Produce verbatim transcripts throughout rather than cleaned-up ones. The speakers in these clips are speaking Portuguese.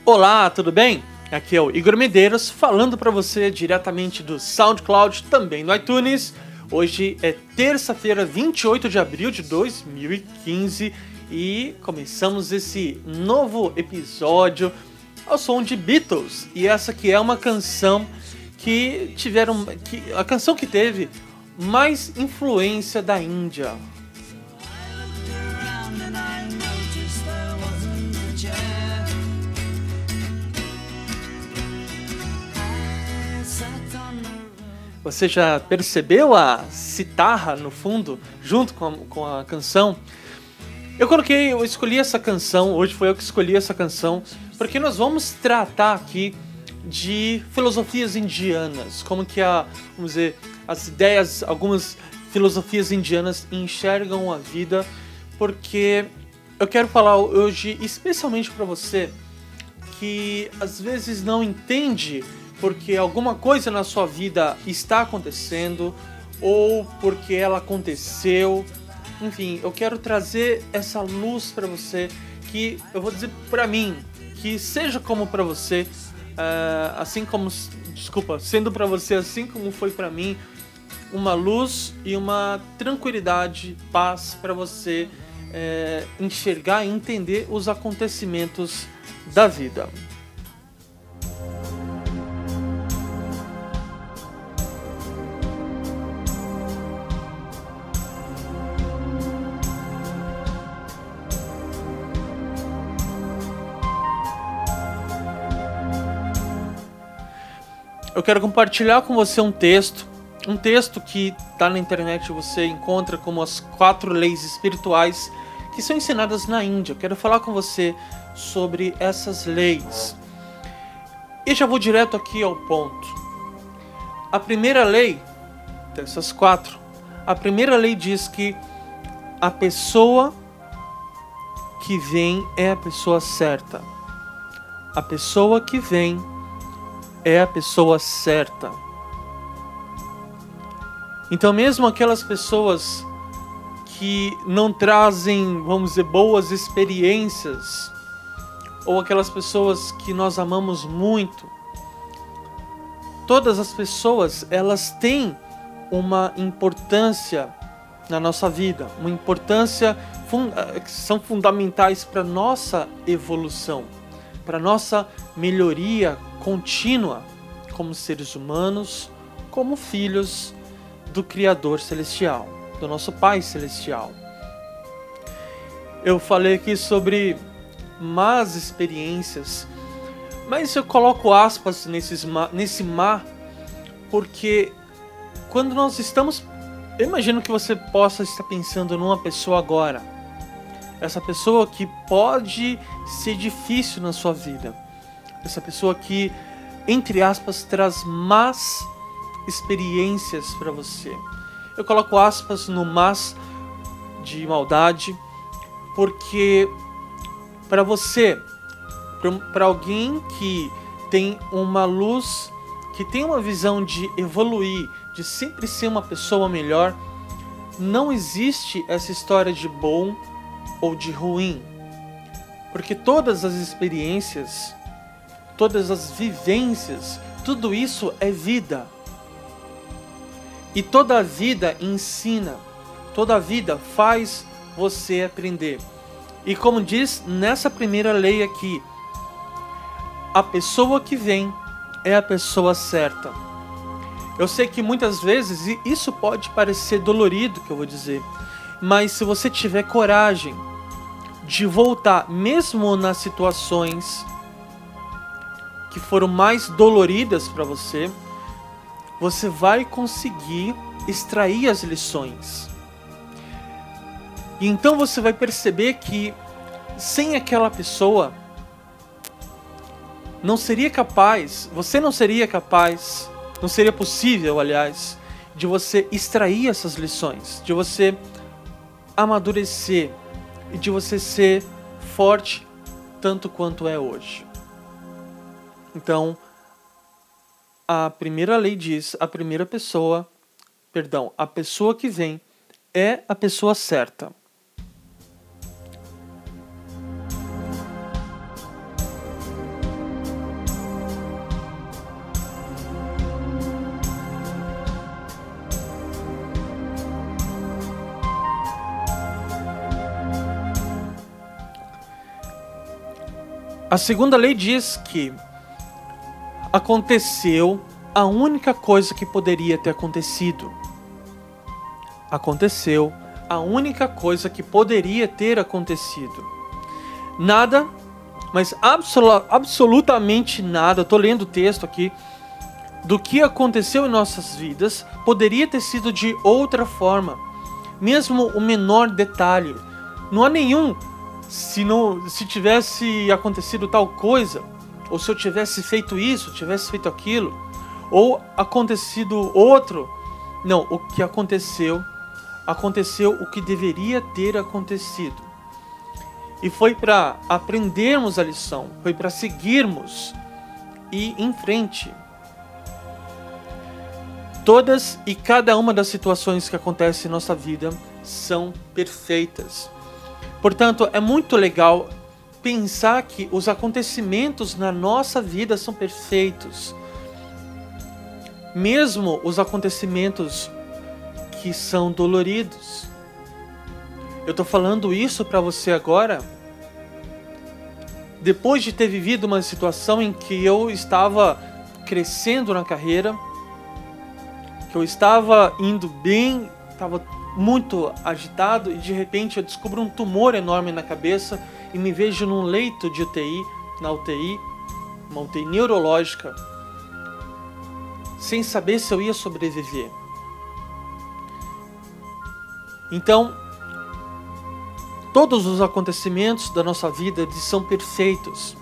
Olá, tudo bem? Aqui é o Igor Medeiros falando para você diretamente do SoundCloud, também no iTunes. Hoje é terça-feira, vinte e oito de abril de dois mil e quinze e começamos esse novo episódio ao som de Beatles. E essa aqui é uma canção que tiveram, que, a canção que teve mais influência da Índia. Você já percebeu a citarra no fundo, junto com a, com a canção? Eu coloquei, eu escolhi essa canção, hoje foi eu que escolhi essa canção, porque nós vamos tratar aqui de filosofias indianas, como que a, vamos dizer, as ideias, algumas filosofias indianas enxergam a vida, porque eu quero falar hoje especialmente para você que às vezes não entende porque alguma coisa na sua vida está acontecendo ou porque ela aconteceu. Enfim, eu quero trazer essa luz para você, que eu vou dizer para mim, que seja como para você, uh, assim como, desculpa, sendo para você assim como foi para mim, uma luz e uma tranquilidade, paz para você uh, enxergar e entender os acontecimentos da vida. Eu quero compartilhar com você um texto, um texto que está na internet, você encontra como as quatro leis espirituais que são ensinadas na Índia. Eu quero falar com você sobre essas leis. E já vou direto aqui ao ponto. A primeira lei, dessas quatro, a primeira lei diz que a pessoa que vem é a pessoa certa. A pessoa que vem é a pessoa certa. Então mesmo aquelas pessoas que não trazem, vamos dizer, boas experiências, ou aquelas pessoas que nós amamos muito, todas as pessoas, elas têm uma importância na nossa vida, uma importância que são fundamentais para nossa evolução, para nossa melhoria contínua como seres humanos, como filhos do Criador Celestial, do nosso Pai Celestial. Eu falei aqui sobre más experiências, mas eu coloco aspas nesses ma, nesse mar, porque quando nós estamos... Eu imagino que você possa estar pensando numa pessoa agora, essa pessoa que pode ser difícil na sua vida, essa pessoa que, entre aspas, traz más experiências para você. Eu coloco aspas no mas de maldade, porque para você, para alguém que tem uma luz, que tem uma visão de evoluir, de sempre ser uma pessoa melhor, não existe essa história de bom ou de ruim, porque todas as experiências, todas as vivências, tudo isso é vida. E toda a vida ensina, toda a vida faz você aprender. E como diz nessa primeira lei aqui, a pessoa que vem é a pessoa certa. Eu sei que muitas vezes isso pode parecer dolorido, que eu vou dizer, mas se você tiver coragem de voltar, mesmo nas situações que foram mais doloridas para você, você vai conseguir extrair as lições. E então você vai perceber que sem aquela pessoa não seria capaz, você não seria capaz, não seria possível, aliás, de você extrair essas lições, de você amadurecer e de você ser forte tanto quanto é hoje. Então, a primeira lei diz, a primeira pessoa, perdão, a pessoa que vem é a pessoa certa. A segunda lei diz que aconteceu a única coisa que poderia ter acontecido. Aconteceu a única coisa que poderia ter acontecido. Nada, mas absolu- absolutamente nada, estou lendo o texto aqui, do que aconteceu em nossas vidas poderia ter sido de outra forma. Mesmo o menor detalhe. Não há nenhum, se, não, se tivesse acontecido tal coisa, ou se eu tivesse feito isso, tivesse feito aquilo, ou acontecido outro. Não, o que aconteceu, aconteceu o que deveria ter acontecido. E foi para aprendermos a lição, foi para seguirmos e ir em frente. Todas e cada uma das situações que acontecem em nossa vida são perfeitas. Portanto, é muito legal pensar que os acontecimentos na nossa vida são perfeitos. Mesmo os acontecimentos que são doloridos. Eu estou falando isso para você agora, depois de ter vivido uma situação em que eu estava crescendo na carreira, que eu estava indo bem, estava muito agitado e de repente eu descubro um tumor enorme na cabeça e me vejo num leito de U T I, na U T I, uma U T I neurológica, sem saber se eu ia sobreviver. Então, todos os acontecimentos da nossa vida eles são perfeitos.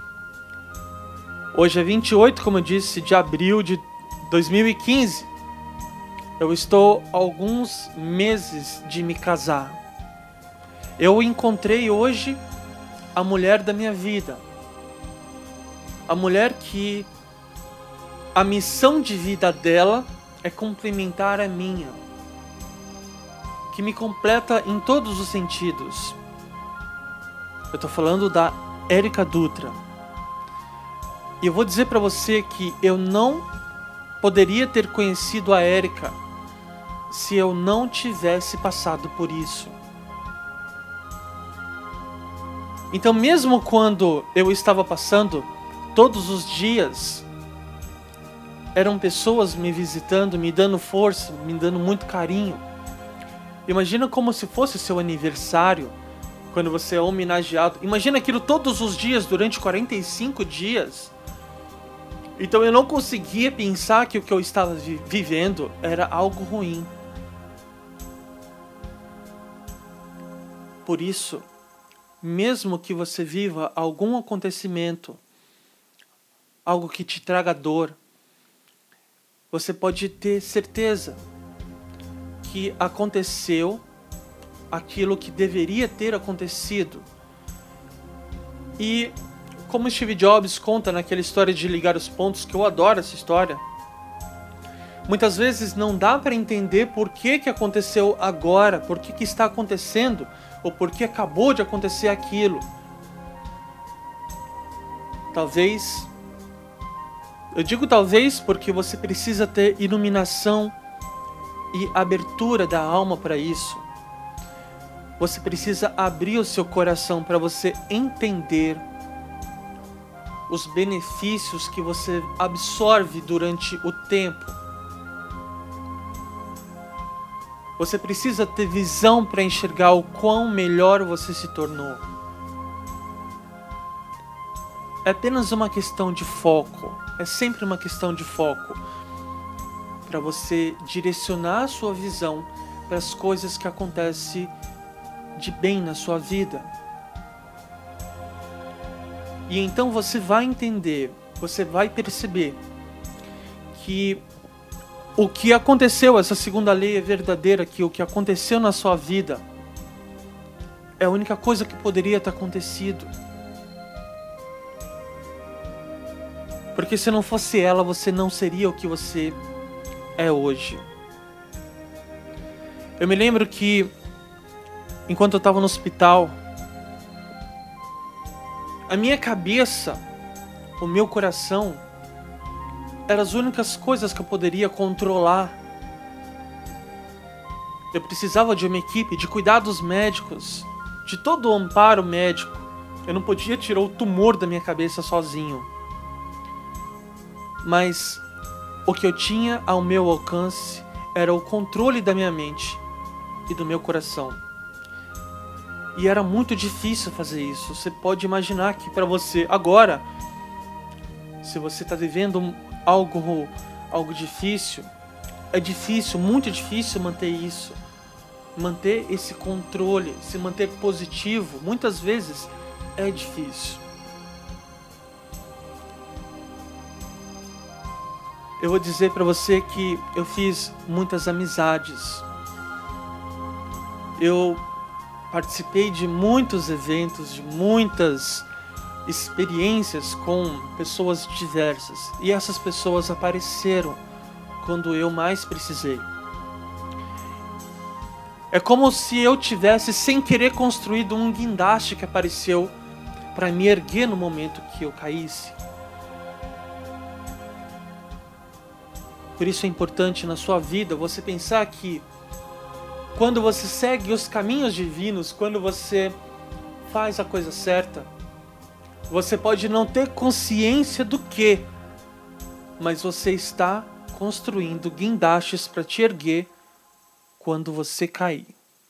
Hoje é vinte e oito, como eu disse, de abril de dois mil e quinze. Eu estou há alguns meses de me casar. Eu encontrei hoje a mulher da minha vida. A mulher que a missão de vida dela é complementar a minha. Que me completa em todos os sentidos. Eu estou falando da Érica Dutra. E eu vou dizer para você que eu não poderia ter conhecido a Érica se eu não tivesse passado por isso. Então, mesmo quando eu estava passando, todos os dias eram pessoas me visitando, me dando força, me dando muito carinho. Imagina como se fosse seu aniversário, quando você é homenageado. Imagina aquilo todos os dias, durante quarenta e cinco dias. Então eu não conseguia pensar que o que eu estava vi- vivendo era algo ruim. Por isso, mesmo que você viva algum acontecimento, algo que te traga dor, você pode ter certeza que aconteceu aquilo que deveria ter acontecido. E como Steve Jobs conta naquela história de ligar os pontos, que eu adoro essa história, muitas vezes não dá para entender por que que aconteceu agora, por que que está acontecendo, ou por que acabou de acontecer aquilo. Talvez, eu digo talvez porque você precisa ter iluminação e abertura da alma para isso. Você precisa abrir o seu coração para você entender os benefícios que você absorve durante o tempo. Você precisa ter visão para enxergar o quão melhor você se tornou. É apenas uma questão de foco. É sempre uma questão de foco. Para você direcionar a sua visão para as coisas que acontecem de bem na sua vida. E então você vai entender, você vai perceber que o que aconteceu, essa segunda lei é verdadeira, que o que aconteceu na sua vida é a única coisa que poderia ter acontecido. Porque se não fosse ela, você não seria o que você é hoje. Eu me lembro que, enquanto eu estava no hospital, a minha cabeça, o meu coração, eram as únicas coisas que eu poderia controlar. Eu precisava de uma equipe, de cuidados médicos, de todo o amparo médico. Eu não podia tirar o tumor da minha cabeça sozinho. Mas o que eu tinha ao meu alcance era o controle da minha mente e do meu coração. E era muito difícil fazer isso. Você pode imaginar que para você agora, se você está vivendo algo, algo difícil, é difícil, muito difícil manter isso. Manter esse controle, se manter positivo, muitas vezes é difícil. Eu vou dizer para você que eu fiz muitas amizades. Eu participei de muitos eventos, de muitas experiências com pessoas diversas. E essas pessoas apareceram quando eu mais precisei. É como se eu tivesse, sem querer, construído um guindaste que apareceu para me erguer no momento que eu caísse. Por isso é importante na sua vida você pensar que quando você segue os caminhos divinos, quando você faz a coisa certa, você pode não ter consciência do que, mas você está construindo guindastes para te erguer quando você cair.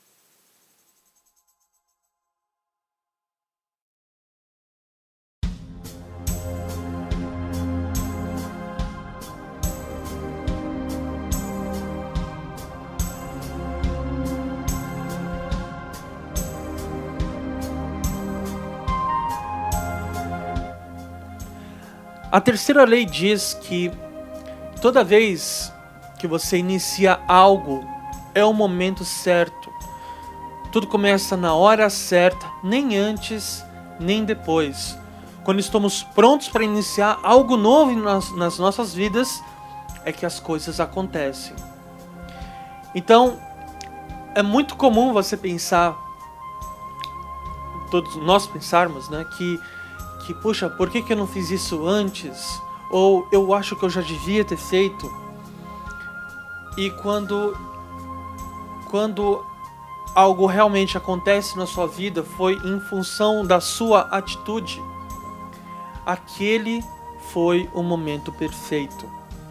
A terceira lei diz que toda vez que você inicia algo, é o momento certo. Tudo começa na hora certa, nem antes, nem depois. Quando estamos prontos para iniciar algo novo nas, nas nossas vidas, é que as coisas acontecem. Então, é muito comum você pensar, todos nós pensarmos, né, que que, puxa, por que que eu não fiz isso antes? Ou eu acho que eu já devia ter feito. E quando, quando algo realmente acontece na sua vida, foi em função da sua atitude. Aquele foi o momento perfeito.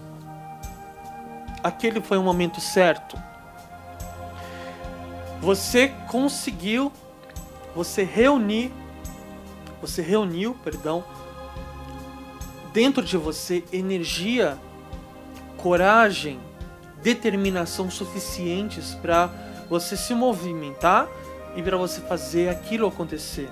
Aquele foi o momento certo. Você conseguiu, você reunir Você reuniu, perdão, dentro de você energia, coragem, determinação suficientes para você se movimentar e para você fazer aquilo acontecer.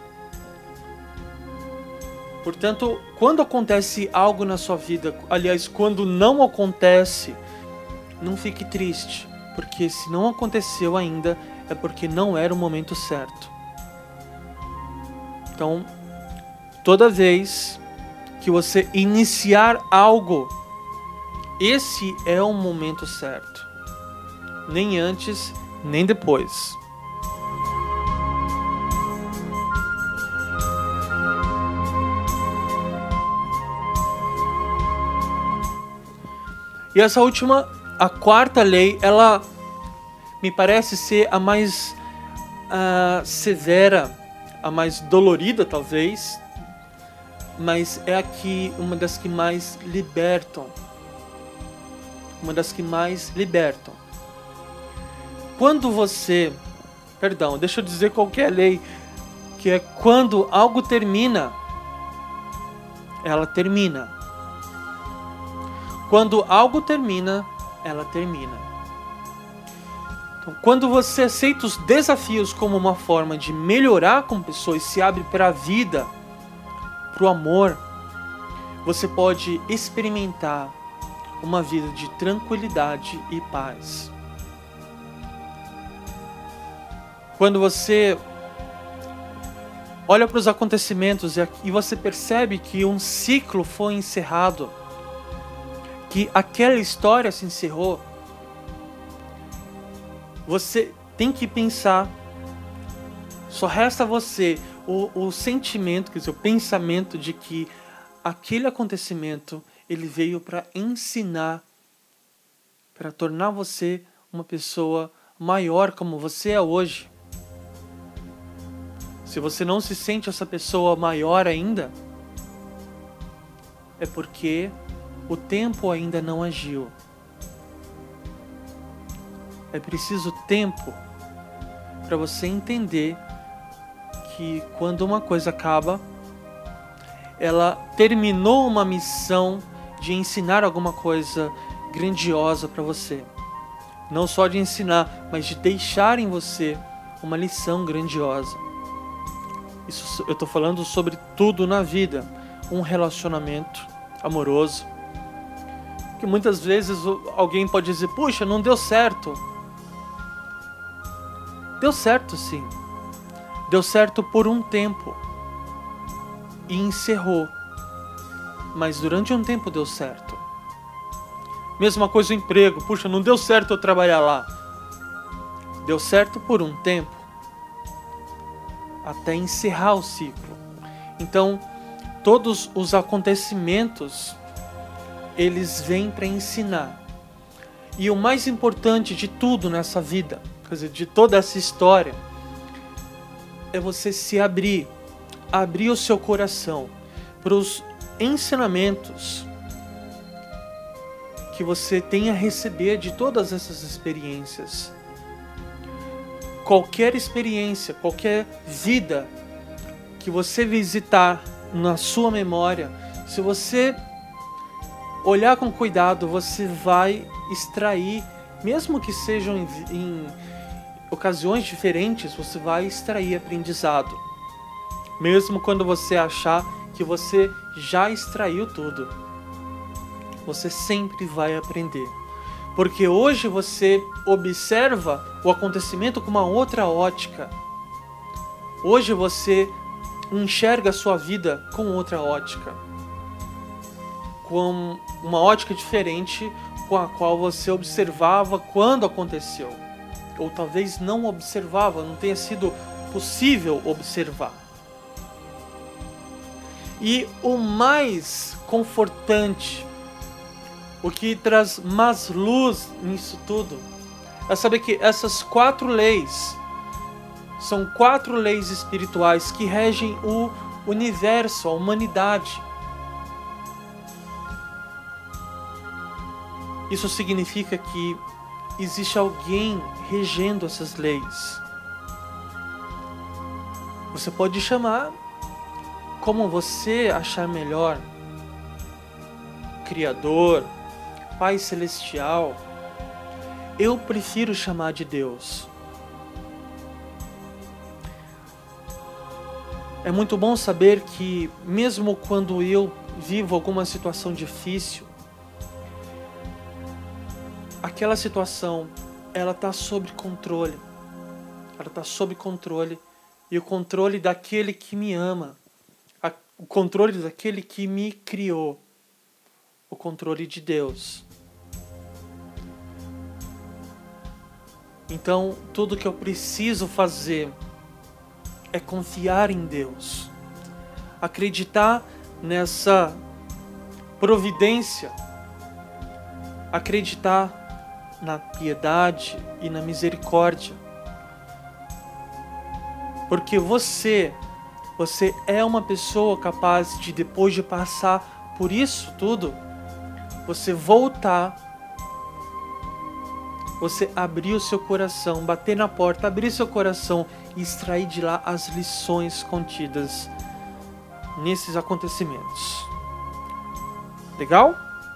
Portanto, quando acontece algo na sua vida, aliás, quando não acontece, não fique triste, porque se não aconteceu ainda, é porque não era o momento certo. Então, toda vez que você iniciar algo, esse é o momento certo. Nem antes, nem depois. E essa última, a quarta lei, ela me parece ser a mais uh, severa, a mais dolorida talvez, mas é aqui uma das que mais libertam. Uma das que mais libertam. Quando você, perdão, deixa eu dizer qualquer lei, que é quando algo termina, ela termina. Quando algo termina, ela termina. Quando você aceita os desafios como uma forma de melhorar como pessoa e se abre para a vida, para o amor, você pode experimentar uma vida de tranquilidade e paz. Quando você olha para os acontecimentos e você percebe que um ciclo foi encerrado, que aquela história se encerrou, você tem que pensar, só resta você o, o sentimento, quer dizer, o pensamento de que aquele acontecimento ele veio para ensinar, para tornar você uma pessoa maior como você é hoje. se você não se sente essa pessoa maior ainda, é porque o tempo ainda não agiu. É preciso tempo para você entender que quando uma coisa acaba, ela terminou uma missão de ensinar alguma coisa grandiosa para você. Não só de ensinar, mas de deixar em você uma lição grandiosa. Isso eu estou falando sobre tudo na vida. Um relacionamento amoroso. Que muitas vezes alguém pode dizer, puxa, não deu certo. Deu certo sim. Deu certo por um tempo. E encerrou. Mas durante um tempo deu certo. Mesma coisa o emprego. Puxa, não deu certo eu trabalhar lá. Deu certo por um tempo. Até encerrar o ciclo. Então, todos os acontecimentos, eles vêm para ensinar. E o mais importante de tudo nessa vida, quer dizer, de toda essa história, é você se abrir, abrir o seu coração para os ensinamentos que você tem a receber de todas essas experiências. Qualquer experiência, qualquer vida que você visitar na sua memória, se você olhar com cuidado, você vai extrair, mesmo que sejam em, em ocasiões diferentes, você vai extrair aprendizado. Mesmo quando você achar que você já extraiu tudo, você sempre vai aprender. Porque hoje você observa o acontecimento com uma outra ótica. Hoje você enxerga a sua vida com outra ótica. Com uma ótica diferente com a qual você observava quando aconteceu. Ou talvez não observava, não tenha sido possível observar. E o mais confortante, o que traz mais luz nisso tudo, é saber que essas quatro leis são quatro leis espirituais que regem o universo, a humanidade. Isso significa que existe alguém regendo essas leis. Você pode chamar como você achar melhor. Criador, Pai Celestial. Eu prefiro chamar de Deus. É muito bom saber que, mesmo quando eu vivo alguma situação difícil, aquela situação, ela está sob controle. Ela está sob controle. E o controle daquele que me ama. A, o controle daquele que me criou. O controle de Deus. Então, tudo que eu preciso fazer é confiar em Deus. Acreditar nessa providência. Acreditar na piedade e na misericórdia. Porque você, você é uma pessoa capaz de, depois de passar por isso tudo, você voltar, você abrir o seu coração, bater na porta, abrir seu coração e extrair de lá as lições contidas nesses acontecimentos. Legal?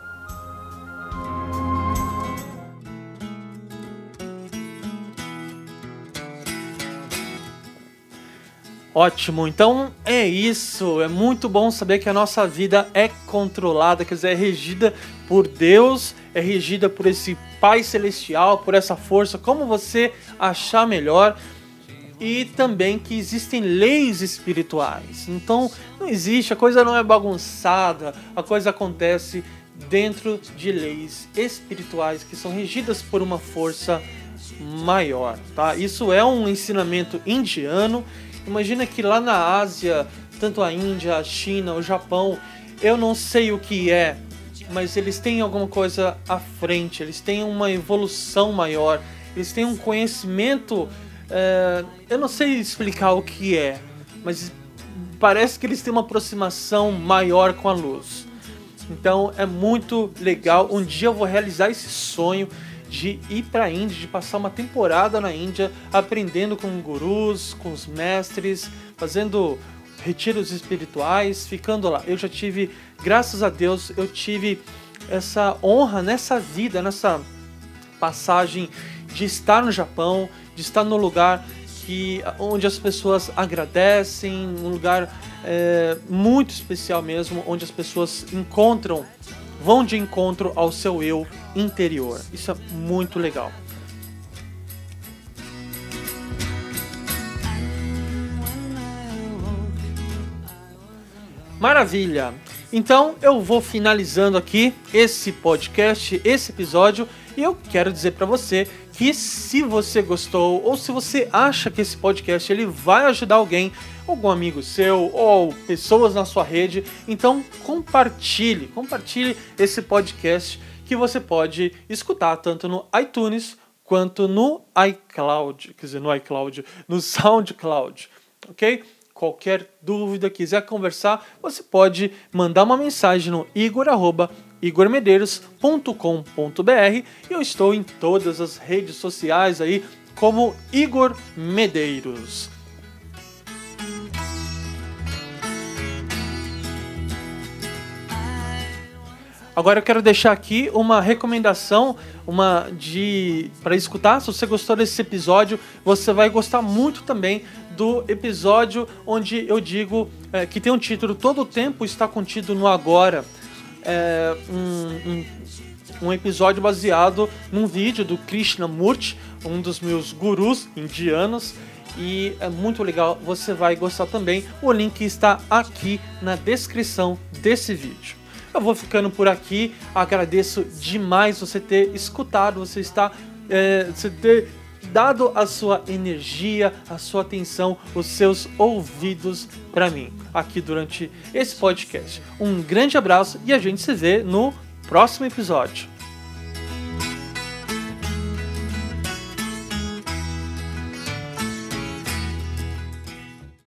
Ótimo, então é isso, é muito bom saber que a nossa vida é controlada, quer dizer, é regida por Deus, é regida por esse Pai Celestial, por essa força, como você achar melhor, e também que existem leis espirituais, então não existe, a coisa não é bagunçada, a coisa acontece dentro de leis espirituais que são regidas por uma força maior, tá? Isso é um ensinamento indiano. Imagina que lá na Ásia, tanto a Índia, a China, o Japão, eu não sei o que é, mas eles têm alguma coisa à frente, eles têm uma evolução maior, eles têm um conhecimento, é, eu não sei explicar o que é, mas parece que eles têm uma aproximação maior com a luz. Então é muito legal. Um dia eu vou realizar esse sonho de ir para a Índia, de passar uma temporada na Índia, aprendendo com gurus, com os mestres, fazendo retiros espirituais, ficando lá. Eu já tive, graças a Deus, eu tive essa honra nessa vida, nessa passagem de estar no Japão, de estar no lugar que, onde as pessoas agradecem, um lugar é, muito especial mesmo, onde as pessoas encontram, vão de encontro ao seu eu interior. Isso é muito legal. Maravilha! Então eu vou finalizando aqui esse podcast, esse episódio, e eu quero dizer para você que se você gostou ou se você acha que esse podcast ele vai ajudar alguém, algum amigo seu ou pessoas na sua rede, então compartilhe, compartilhe esse podcast que você pode escutar tanto no iTunes quanto no iCloud, quer dizer, no iCloud, no SoundCloud, ok? Qualquer dúvida, quiser conversar, você pode mandar uma mensagem no igor arroba igor medeiros ponto com ponto b r e eu estou em todas as redes sociais aí como Igor Medeiros. Agora eu quero deixar aqui uma recomendação, uma de para escutar. Se você gostou desse episódio, você vai gostar muito também do episódio onde eu digo é, que tem um título Todo o Tempo Está Contido no Agora. É um, um, um episódio baseado num vídeo do Krishnamurti, um dos meus gurus indianos, e é muito legal, você vai gostar também. O link está aqui na descrição desse vídeo. Eu vou ficando por aqui, agradeço demais você ter escutado, você está, é, você ter dado a sua energia, a sua atenção, os seus ouvidos para mim, aqui durante esse podcast. Um grande abraço e a gente se vê no próximo episódio.